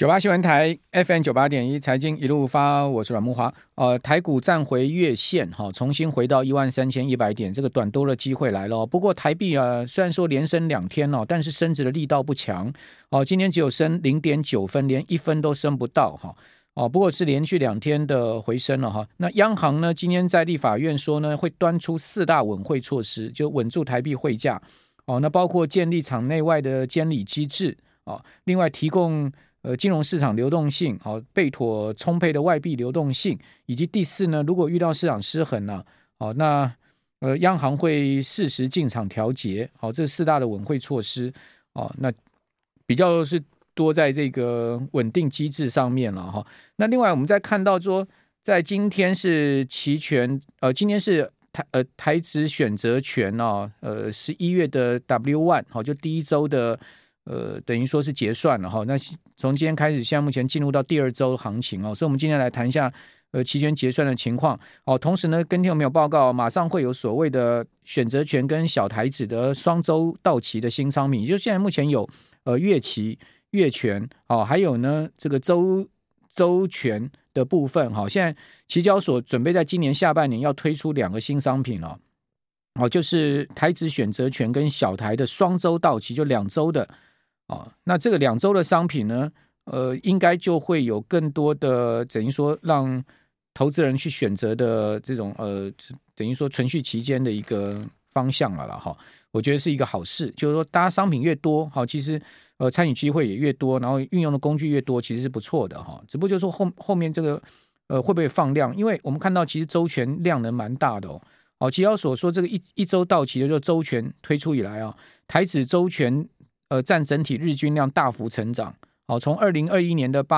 98新闻台 FM 98.1财经一路发，我是阮慕骅。台股站回月线，重新回到13100点，这个短多的机会来了。不过台币虽然说连升2天但是升值的力道不强。今天只有升0.9分，连1分都升不到。不过是连续2天的回升了。那央行呢，今天在立法院说呢，会端出4大稳汇措施，就稳住台币汇价。那包括建立场内外的监理机制，另外提供金融市场流动性，备妥充沛的外币流动性，以及第4呢，如果遇到市场失衡那央行会适时进场调节。这4大的稳汇措施，那比较是多在这个稳定机制上面了。那另外我们再看到说，在今天是期权，今天是台指选择权11月的 W1 就第一周的等于说是结算了那从今天开始，现在目前进入到第2周行情所以我们今天来谈一下期权结算的情况同时呢，跟听众朋友报告，马上会有所谓的选择权跟小台指的双周到期的新商品，也就是现在目前有月期、月权还有呢这个周权的部分现在期交所准备在今年下半年要推出2个新商品就是台指选择权跟小台的双周到期，就2周的那这个2周的商品呢，应该就会有更多的等于说让投资人去选择的这种等于说存续期间的一个方向了啦我觉得是一个好事，就是说大家商品越多其实参与机会也越多，然后运用的工具越多，其实是不错的只不过就是说后面这个会不会放量，因为我们看到其实周权量能蛮大的期交所说这个一周到期的就周权推出以来台指周权占整体日均量大幅成长从2021年的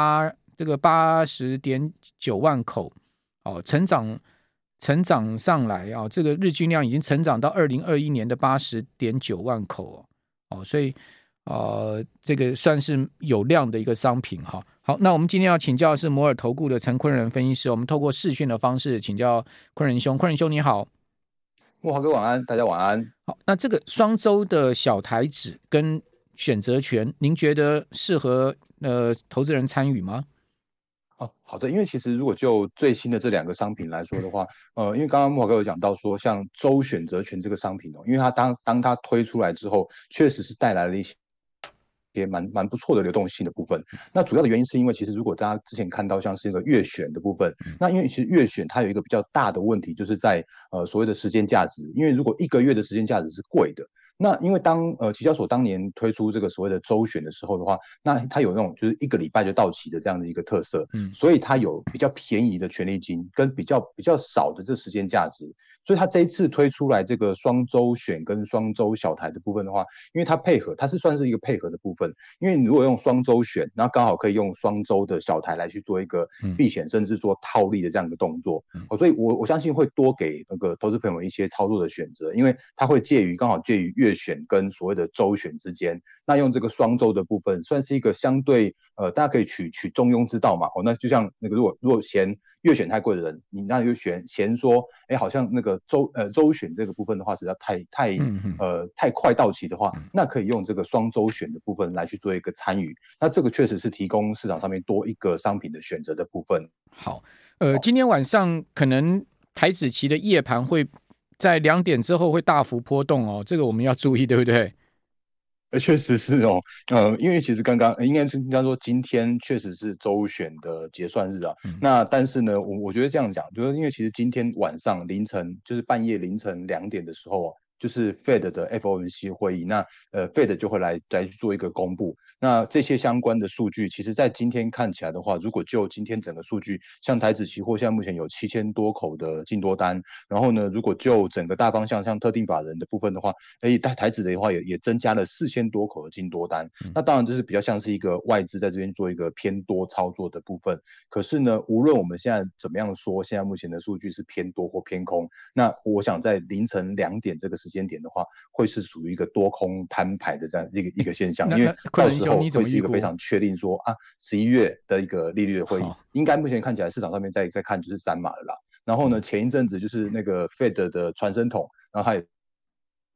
80.9万口成长上来这个日均量已经成长到2021年的80.9万口所以这个算是有量的一个商品好，那我们今天要请教的是摩尔投顾的陈坤仁分析师，我们透过视讯的方式请教坤仁兄。坤仁兄你好。 慕骅哥晚安，大家晚安。 好，那这个双周的小台指跟选择权，您觉得适合投资人参与吗？ 好的，因为其实如果就最新的这2个商品来说的话，因为刚刚慕骅哥有讲到说，像周选择权这个商品因为它当它推出来之后，确实是带来了一些蛮不错的流动性的部分。那主要的原因是因为其实如果大家之前看到像是一个月选的部分，那因为其实月选它有一个比较大的问题，就是在所谓的时间价值，因为如果1个月的时间价值是贵的。那因为期交所当年推出这个所谓的周选的时候的话，那它有那种就是1个礼拜就到期的这样的一个特色，所以它有比较便宜的权利金跟比较少的这时间价值，所以它这一次推出来这个双周选跟双周小台的部分的话，因为它配合，它是算是一个配合的部分，因为你如果用双周选，那刚好可以用双周的小台来去做一个避险甚至说套利的这样的动作，所以我相信会多给那个投资朋友们一些操作的选择，因为它会刚好介于月选跟所谓的周选之间，那用这个双周的部分算是一个相对大家可以取中庸之道嘛那就像那个如果嫌月选太贵的人，你那就嫌说好像那个周选这个部分的话实在太快到期的话，那可以用这个双周选的部分来去做一个参与，那这个确实是提供市场上面多一个商品的选择的部分。 好，今天晚上可能台指期的夜盘会在2点之后会大幅波动这个我们要注意，对不对？ 确实是因为其实应该说今天确实是周选的结算日那但是呢，我觉得这样讲，就是因为其实今天晚上凌晨，就是半夜凌晨2点的时候就是 Fed 的 FOMC 会议，那Fed 就会来去做一个公布。那这些相关的数据，其实在今天看起来的话，如果就今天整个数据，像台指期货现在目前有7000多口的净多单，然后呢，如果就整个大方向，像特定法人的部分的话，台指的话也增加了4000多口的净多单。那当然这是比较像是一个外资在这边做一个偏多操作的部分。可是呢，无论我们现在怎么样说，现在目前的数据是偏多或偏空，那我想在凌晨2点这个时间点的话，会是属于一个多空摊牌的这样一个现象，因为到时候会是一个非常确定说11月的一个利率的会议，应该目前看起来市场上面在看就是3码了啦。然后呢，前一阵子就是那个 Fed 的传声筒，然后他也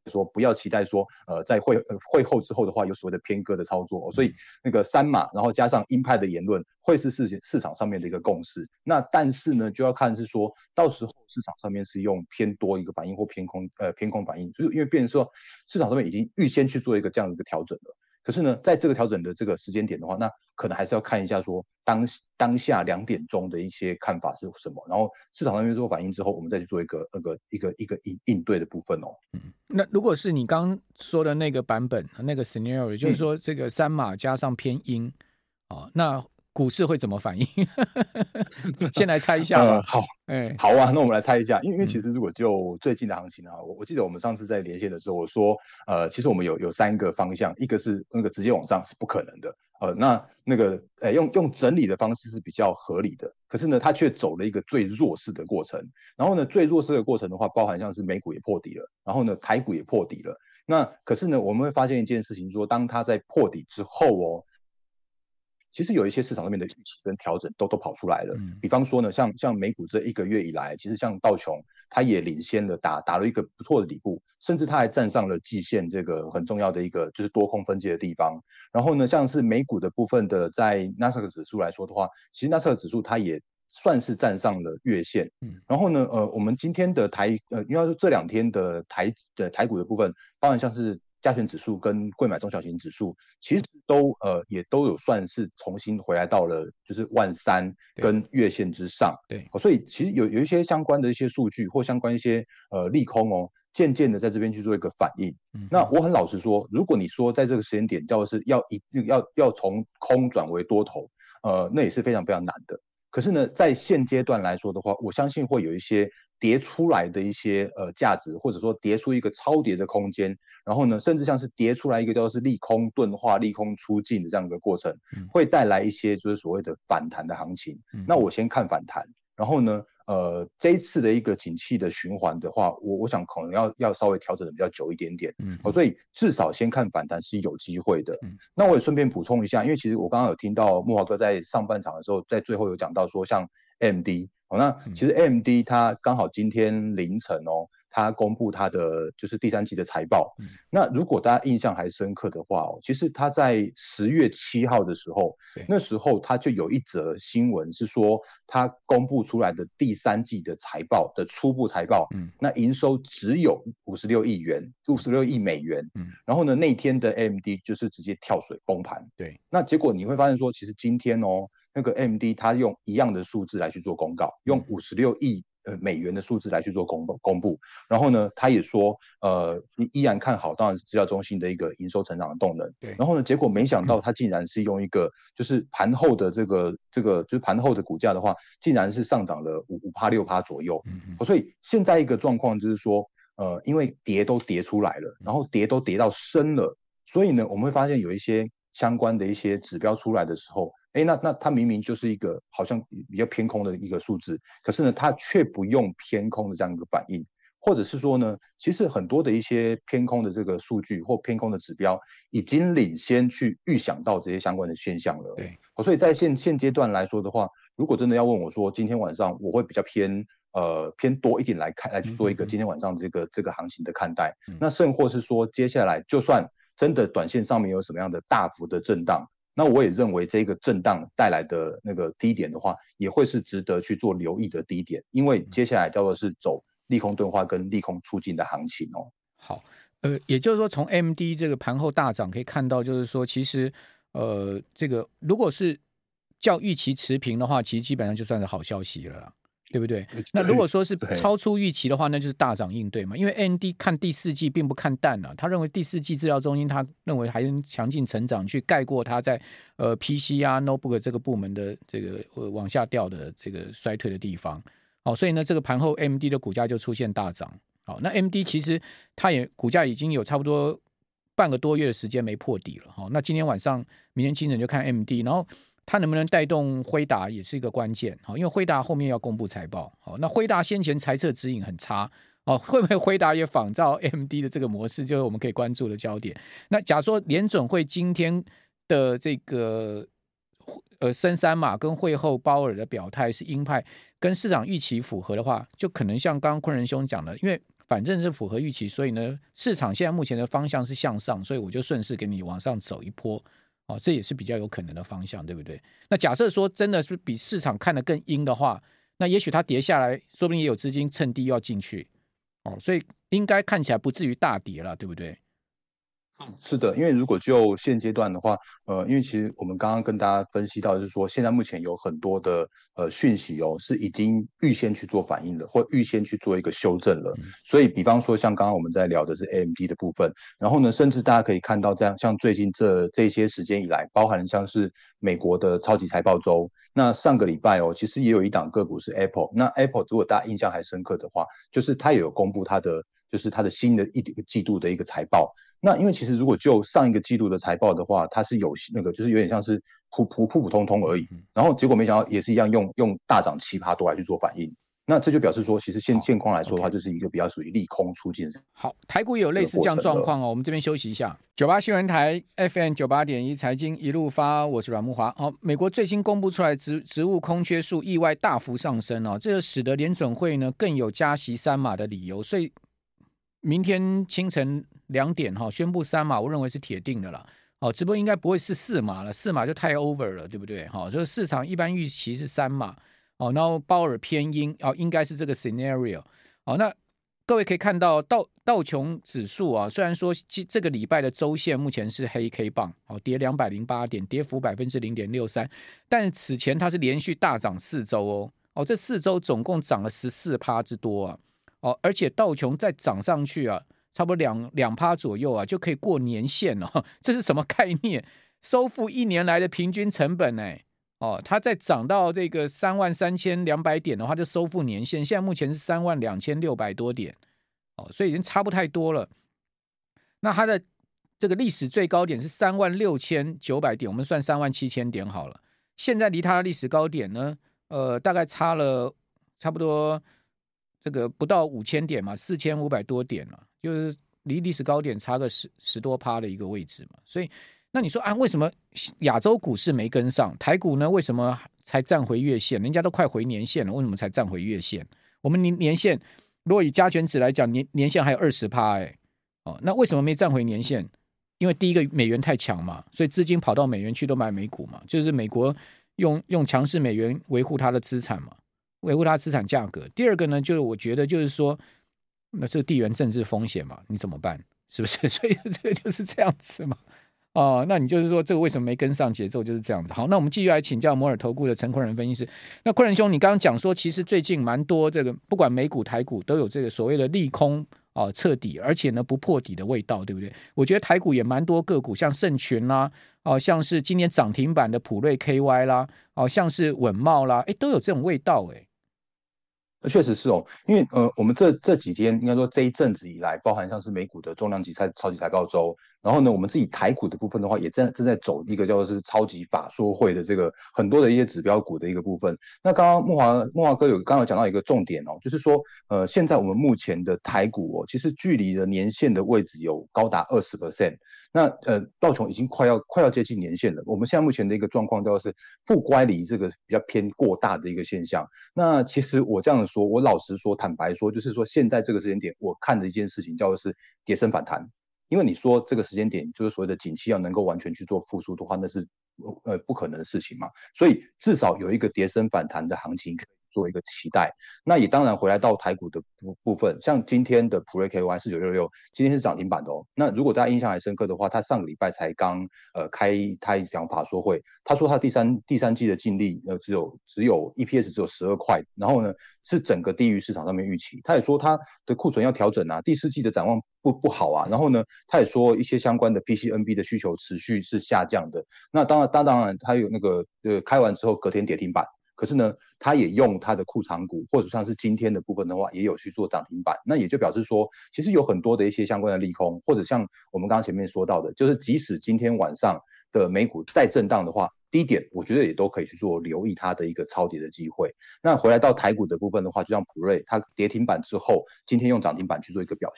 说不要期待说在会后之后的话有所谓的偏鸽的操作，所以那个三码，然后加上鹰派的言论，会是市场上面的一个共识。那但是呢，就要看是说到时候市场上面是用偏多一个反应或偏空反应，就是因为变成说市场上面已经预先去做一个这样的一个调整了。可是呢，在这个调整的这个时间点的话，那可能还是要看一下说当下2点钟的一些看法是什么，然后市场上面做反应之后，我们再去做一个应对的部分哦。 那如果是你刚刚说的那个版本那个 scenario， 就是说这个三码加上偏鹰，那股市会怎么反应？先来猜一下吧。 好啊，那我们来猜一下，因为其实如果就最近的行情啊，我记得我们上次在连线的时候，我说其实我们有3个方向，一个是那个直接往上是不可能的，那个用整理的方式是比较合理的，可是呢，它却走了一个最弱势的过程。然后呢，最弱势的过程的话，包含像是美股也破底了，然后呢，台股也破底了。那可是呢，我们会发现一件事情，说当它在破底之后哦，其实有一些市场上面的预期跟调整都跑出来了。比方说呢，像美股这1个月以来，其实像道琼，它也领先的打了一个不错的底部，甚至它还站上了季线这个很重要的一个就是多空分界的地方。然后呢，像是美股的部分的，在纳斯达克指数来说的话，其实纳斯达克指数它也算是站上了月线。然后呢，我们今天的应该说这2天的台股的部分，包含像是加权指数跟柜买中小型指数，其实也都有算是重新回来到了就是13000跟月线之上。 对， 所以其实有一些相关的一些数据或相关一些利空哦，渐渐的在这边去做一个反应。那我很老实说，如果你说在这个时间点叫的是要从空转为多头，那也是非常非常难的。可是呢，在现阶段来说的话，我相信会有一些跌出来的一些价值，或者说跌出一个超跌的空间，然后呢，甚至像是跌出来一个叫做是利空钝化、利空出尽的这样一个过程，会带来一些就是所谓的反弹的行情。那我先看反弹，然后呢，这一次的一个景气的循环的话，我想可能要稍微调整的比较久一点点。所以至少先看反弹是有机会的。那我也顺便补充一下，因为其实我刚刚有听到慕骅哥在上半场的时候，在最后有讲到说，像 AMD，那其实 AMD 它刚好今天凌晨哦，它公布它的就是第3季的财报。那如果大家印象还深刻的话哦，其实它在10月7号的时候，那时候它就有一则新闻是说，它公布出来的第3季的财报的初步财报，那营收只有56亿美元。然后呢，那天的 AMD 就是直接跳水崩盘。 对， 那结果你会发现说，其实今天哦，那个 AMD 它用一样的数字来去做公告，用56亿美元的数字来去做公布。然后呢，他也说，依然看好，当然是资料中心的一个营收成长的动能。 对。 然后呢，结果没想到他竟然是用一个就是盘后的这个就是盘后的股价的话，竟然是上涨了5%-6%左右。所以现在一个状况就是说，因为跌都跌出来了，然后跌都跌到深了，所以呢，我们会发现有一些相关的一些指标出来的时候，那它明明就是一个好像比较偏空的一个数字，可是呢，它却不用偏空的这样一个反应，或者是说呢，其实很多的一些偏空的这个数据或偏空的指标，已经领先去预想到这些相关的现象了。 对， 所以在现阶段来说的话，如果真的要问我说，今天晚上我会比较偏多一点来去做一个今天晚上这个行情的看待。那甚或是说，接下来就算真的短线上面有什么样的大幅的震荡，那我也认为这个震荡带来的那个低点的话，也会是值得去做留意的低点，因为接下来叫做是走利空钝化跟利空出尽的行情哦。 好，也就是说，从 AMD 这个盘后大涨可以看到，就是说，其实这个如果是较预期持平的话，其实基本上就算是好消息了啦。对不对？那如果说是超出预期的话，那就是大涨应对嘛。因为 AMD 看第4季并不看淡啊，他认为第4季资料中心，他认为还能强劲成长，去盖过他在PC 啊 notebook 这个部门的这个往下掉的这个衰退的地方。好，所以呢，这个盘后 AMD 的股价就出现大涨。好，那 AMD 其实它也股价已经有差不多半个多月的时间没破底了。好，那今天晚上、明天清晨就看 AMD， 然后它能不能带动辉达也是一个关键，因为辉达后面要公布财报，那辉达先前财测指引很差，会不会辉达也仿照 AMD 的这个模式，就是我们可以关注的焦点。那假如说联准会今天的这个升三码跟会后鲍尔的表态是鹰派，跟市场预期符合的话，就可能像刚刚昆仁兄讲的，因为反正是符合预期，所以呢，市场现在目前的方向是向上，所以我就顺势给你往上走一波。这也是比较有可能的方向，对不对？那假设说真的是比市场看得更阴的话，那也许它跌下来，说不定也有资金趁低要进去。所以应该看起来不至于大跌了，对不对？ 是的，因为如果就现阶段的话，因为其实我们刚刚跟大家分析到，就是说现在目前有很多的讯息是已经预先去做反应了，或预先去做一个修正了。所以，比方说像刚刚我们在聊的是 AMD 的部分，然后呢，甚至大家可以看到这样，像最近这些时间以来，包含像是美国的超级财报周，那上个礼拜其实也有一档个股是 Apple，那 Apple 如果大家印象还深刻的话，就是它也有公布它的新的一个季度的一个财报。那因为其实如果就上一个季度的财报的话，它是有那个就是有点像是普普通通而已，然后结果没想到也是一样用大涨7%多来去做反应。那这就表示说，其实现况来说的话，就是一个比较属于利空出尽。 好，台股也有类似这样状况我们这边休息一下。98新闻台 FM 98.1财经一路发，我是阮慕骅。美国最新公布出来职务空缺数意外大幅上升这就使得联准会呢更有加息3码的理由，所以明天清晨2点宣布3码，我认为是铁定的啦。只不过应该不会是4码了，4码就太 over 了，对不对？所以市场一般预期是3码。然后鲍尔偏鹰应该是这个 scenario。那各位可以看到道琼指数虽然说这个礼拜的周线目前是黑 K 棒，跌208点，跌幅 0.63%， 但此前它是连续大涨4周这4周总共涨了 14% 之多而且道琼再涨上去差不多 2% 左右就可以过年线了。这是什么概念？收复1年来的平均成本它再涨到这个33200点的话，就收复年线。现在目前是32600多点所以已经差不太多了。那它的这个历史最高点是36900点，我们算37000点好了。现在离它的历史高点呢，大概差不多这个不到5000点嘛，4500多点了，就是离历史高点差个10多%的一个位置嘛。所以那你说为什么亚洲股市没跟上？台股呢为什么才站回月线？人家都快回年线了，为什么才站回月线？我们年线如果以加权指来讲，年线还有20%那为什么没站回年线？因为第一个美元太强嘛，所以资金跑到美元去都买美股嘛，就是美国用强势美元维护它的资产嘛，维护它的资产价格。第二个呢，就是我觉得就是说，那这个地缘政治风险嘛，你怎么办？是不是？所以这个就是这样子嘛。那你就是说这个为什么没跟上节奏，就是这样子。好，那我们继续来请教摩尔投顾的陈坤仁分析师。那坤仁兄，你刚刚讲说，其实最近蛮多这个不管美股台股都有这个所谓的利空彻底，而且呢不破底的味道，对不对？我觉得台股也蛮多个股，像盛群啦，像是今年涨停板的普瑞 KY 啦，像是稳懋啦，都有这种味道确实是因为我们这几天应该说这一阵子以来，包含像是美股的重量级超级财报周，然后呢，我们自己台股的部分的话，也正在走一个叫做是超级法说会的这个很多的一些指标股的一个部分。那刚刚慕骅哥刚刚有讲到一个重点就是说现在我们目前的台股其实距离的年线的位置有高达20%。那道琼已经快要接近年线了。我们现在目前的一个状况就是负乖离这个比较偏过大的一个现象。那其实我这样说，我老实说，坦白说，就是说现在这个时间点，我看的一件事情叫做是跌升反弹。因为你说这个时间点就是所谓的景气要能够完全去做复苏的话，那是不可能的事情嘛。所以至少有一个跌升反弹的行情可以做一个期待。那也当然回来到台股的部分，像今天的普瑞 KY 4966，今天是涨停板的那如果大家印象还深刻的话，他上个礼拜才刚开一场法说会，他说他第三季的净利只有 EPS 只有12块，然后呢是整个低于市场上面预期。他也说他的库存要调整第4季的展望不好然后呢他也说一些相关的 PCNB 的需求持续是下降的。那当然他有那个开完之后隔天跌停板。可是呢，他也用他的库藏股，或者像是今天的部分的话，也有去做涨停板。那也就表示说，其实有很多的一些相关的利空，或者像我们刚刚前面说到的，就是即使今天晚上的美股再震荡的话，低点我觉得也都可以去做留意它的一个超跌的机会。那回来到台股的部分的话，就像普瑞，它跌停板之后，今天用涨停板去做一个表现。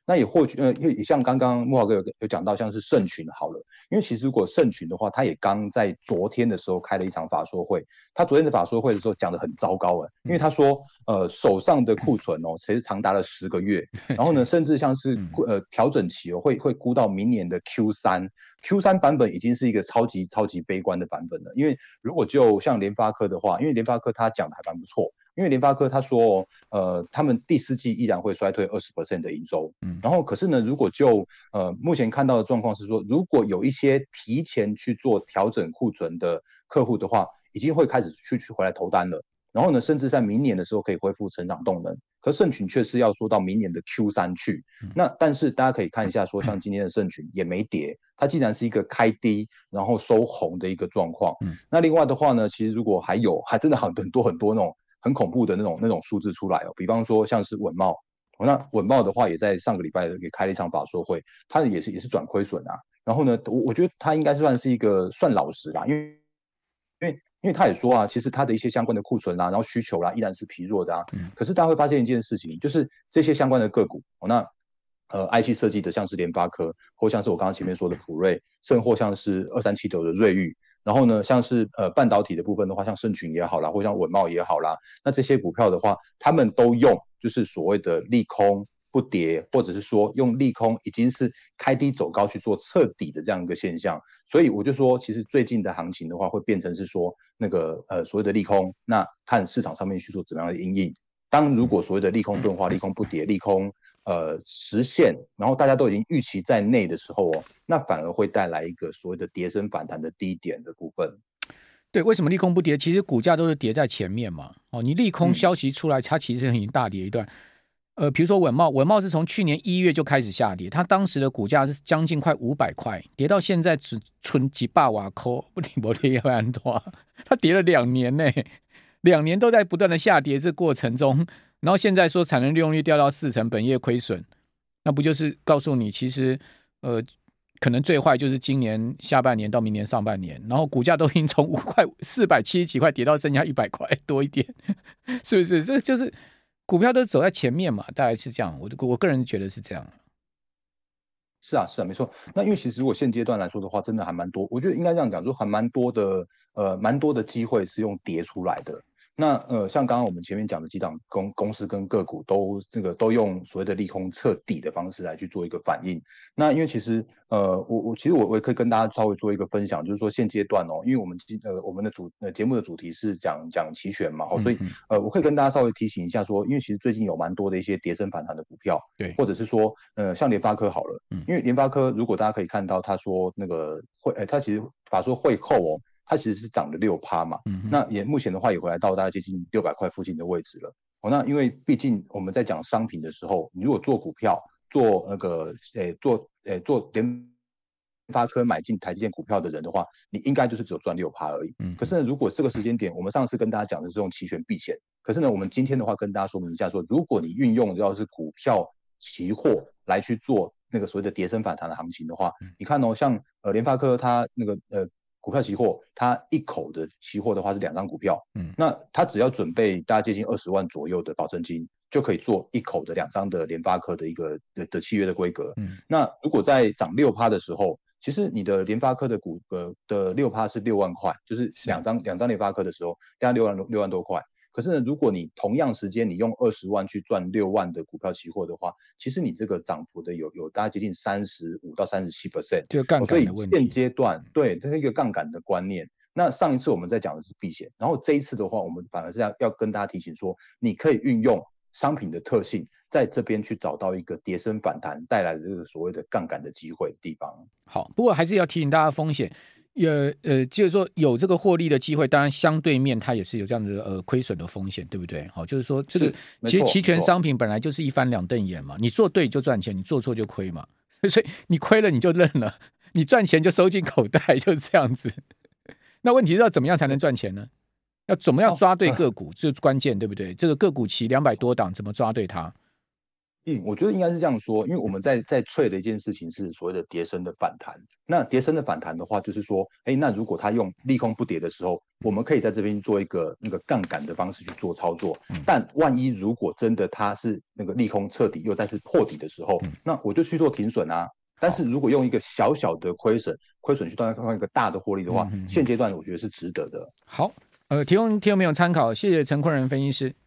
那也或许也像刚刚木华哥有讲到，像是盛群好了，因为其实如果盛群的话，他也刚在昨天的时候开了一场法说会，他昨天的法说会的时候讲得很糟糕因为他说手上的库存其实长达了10个月，然后呢，甚至像是调整期会估到明年的 Q3 版本已经是一个超级悲观的版本了，因为如果就像联发科的话，因为联发科他讲的还蛮不错。因为联发科他说，他们第4季依然会衰退20% 的营收，然后可是呢，如果就目前看到的状况是说，如果有一些提前去做调整库存的客户的话，已经会开始去回来投单了，然后呢，甚至在明年的时候可以恢复成长动能。可盛群却是要说到明年的 Q3 去，那但是大家可以看一下说，像今天的盛群也没跌，它既然是一个开低然后收红的一个状况，那另外的话呢，其实如果还真的很多那种很恐怖的那种数字出来比方说像是稳懋，那稳懋的话也在上个礼拜也开了一场法说会，它也是转亏损啊。然后呢，我觉得它应该算是一个算老实啦，因为他也说啊，其实他的一些相关的库存然后需求依然是疲弱的可是大家会发现一件事情，就是这些相关的个股那IC 设计的像是联发科，或像是我刚刚前面说的普瑞，甚或像是2379的瑞昱，然后呢，像是半导体的部分的话，像盛群也好啦，或像稳懋也好啦，那这些股票的话，他们都用就是所谓的利空不跌，或者是说用利空已经是开低走高去做彻底的这样一个现象。所以我就说，其实最近的行情的话，会变成是说那个所谓的利空，那看市场上面去做怎么样的因应。当如果所谓的利空钝化、利空不跌、利空实现，然后大家都已经预期在内的时候那反而会带来一个所谓的跌升反弹的低点的部分。 对，为什么利空不跌？其实股价都是跌在前面嘛。你利空消息出来，它其实已经大跌一段。比如说稳懋是从去年1月就开始下跌，它当时的股价是将近快500块，跌到现在只存几百瓦扣，不停不跌很多，它跌了2年呢，2年都在不断的下跌这过程中，然后现在说产能利用率掉到40%，本业亏损，那不就是告诉你，其实可能最坏就是今年下半年到明年上半年，然后股价都已经从470几块跌到剩下100块多一点，是不是？这就是股票都走在前面嘛，大概是这样。我个人觉得是这样。 是啊，没错。那因为其实如果现阶段来说的话，真的还蛮多，我觉得应该这样讲，就还蛮多的机会是用跌出来的。那像刚刚我们前面讲的几档公司跟个股都用所谓的利空彻底的方式来去做一个反应。那因为其实我也可以跟大家稍微做一个分享，就是说现阶段因为我们的节目的主题是讲期权嘛所以我可以跟大家稍微提醒一下说，因为其实最近有蛮多的一些跌升反弹的股票， 对， 或者是说像联发科好了，因为联发科如果大家可以看到他说那个他其实法说会后它其实是涨了6%嘛，那也目前的话也回来到大概接近600块附近的位置了。那因为毕竟我们在讲商品的时候，你如果做股票，做那个做联发科买进台积电股票的人的话，你应该就是只有赚6%而已。可是呢，如果这个时间点，我们上次跟大家讲的是用期权避险，可是呢，我们今天的话跟大家说明一下说，如果你运用要是股票期货来去做那个所谓的跌升反弹的行情的话，你看像联发科它那个股票期货，它一口的期货的话是2张股票，那它只要准备大概接近20万左右的保证金，就可以做一口的2张的联发科的一个的契约的规格。那如果在涨6%的时候，其实你的联发科的的6%是6万块，就是两张联发科的时候，大概6万多块。可是呢，如果你同样时间你用20万去赚6万的股票期货的话，其实你这个涨幅的有大概接近35%到37%， 这个杠杆的问题。 所以现阶段对这是一个杠杆的观念。那上一次我们在讲的是避险，然后这一次的话，我们反而是要跟大家提醒说，你可以运用商品的特性，在这边去找到一个跌升反弹带来的这个所谓的杠杆的机会的地方。 好，不过还是要提醒大家风险。就是说有这个获利的机会，当然相对面它也是有这样的亏损的风险，对不对？好，就是说这个其实期权商品本来就是一翻两瞪眼嘛，你做对就赚钱，你做错就亏嘛，所以你亏了你就认了，你赚钱就收进口袋，就是这样子。那问题是要怎么样才能赚钱呢？要怎么样抓对个股，这是关键，对不对？这个个股期200多档，怎么抓对它？ 我觉得应该是这样说，因为我们在trade的一件事情是所谓的跌升的反弹。那跌升的反弹的话，就是说，那如果它用利空不跌的时候，我们可以在这边做一个那个杠杆的方式去做操作。但万一如果真的它是那个利空彻底又再次破底的时候，那我就去做停损啊。但是如果用一个小小的亏损去换一个大的获利的话，现阶段我觉得是值得的。 好，提供听众朋友参考，谢谢陈坤仁分析师。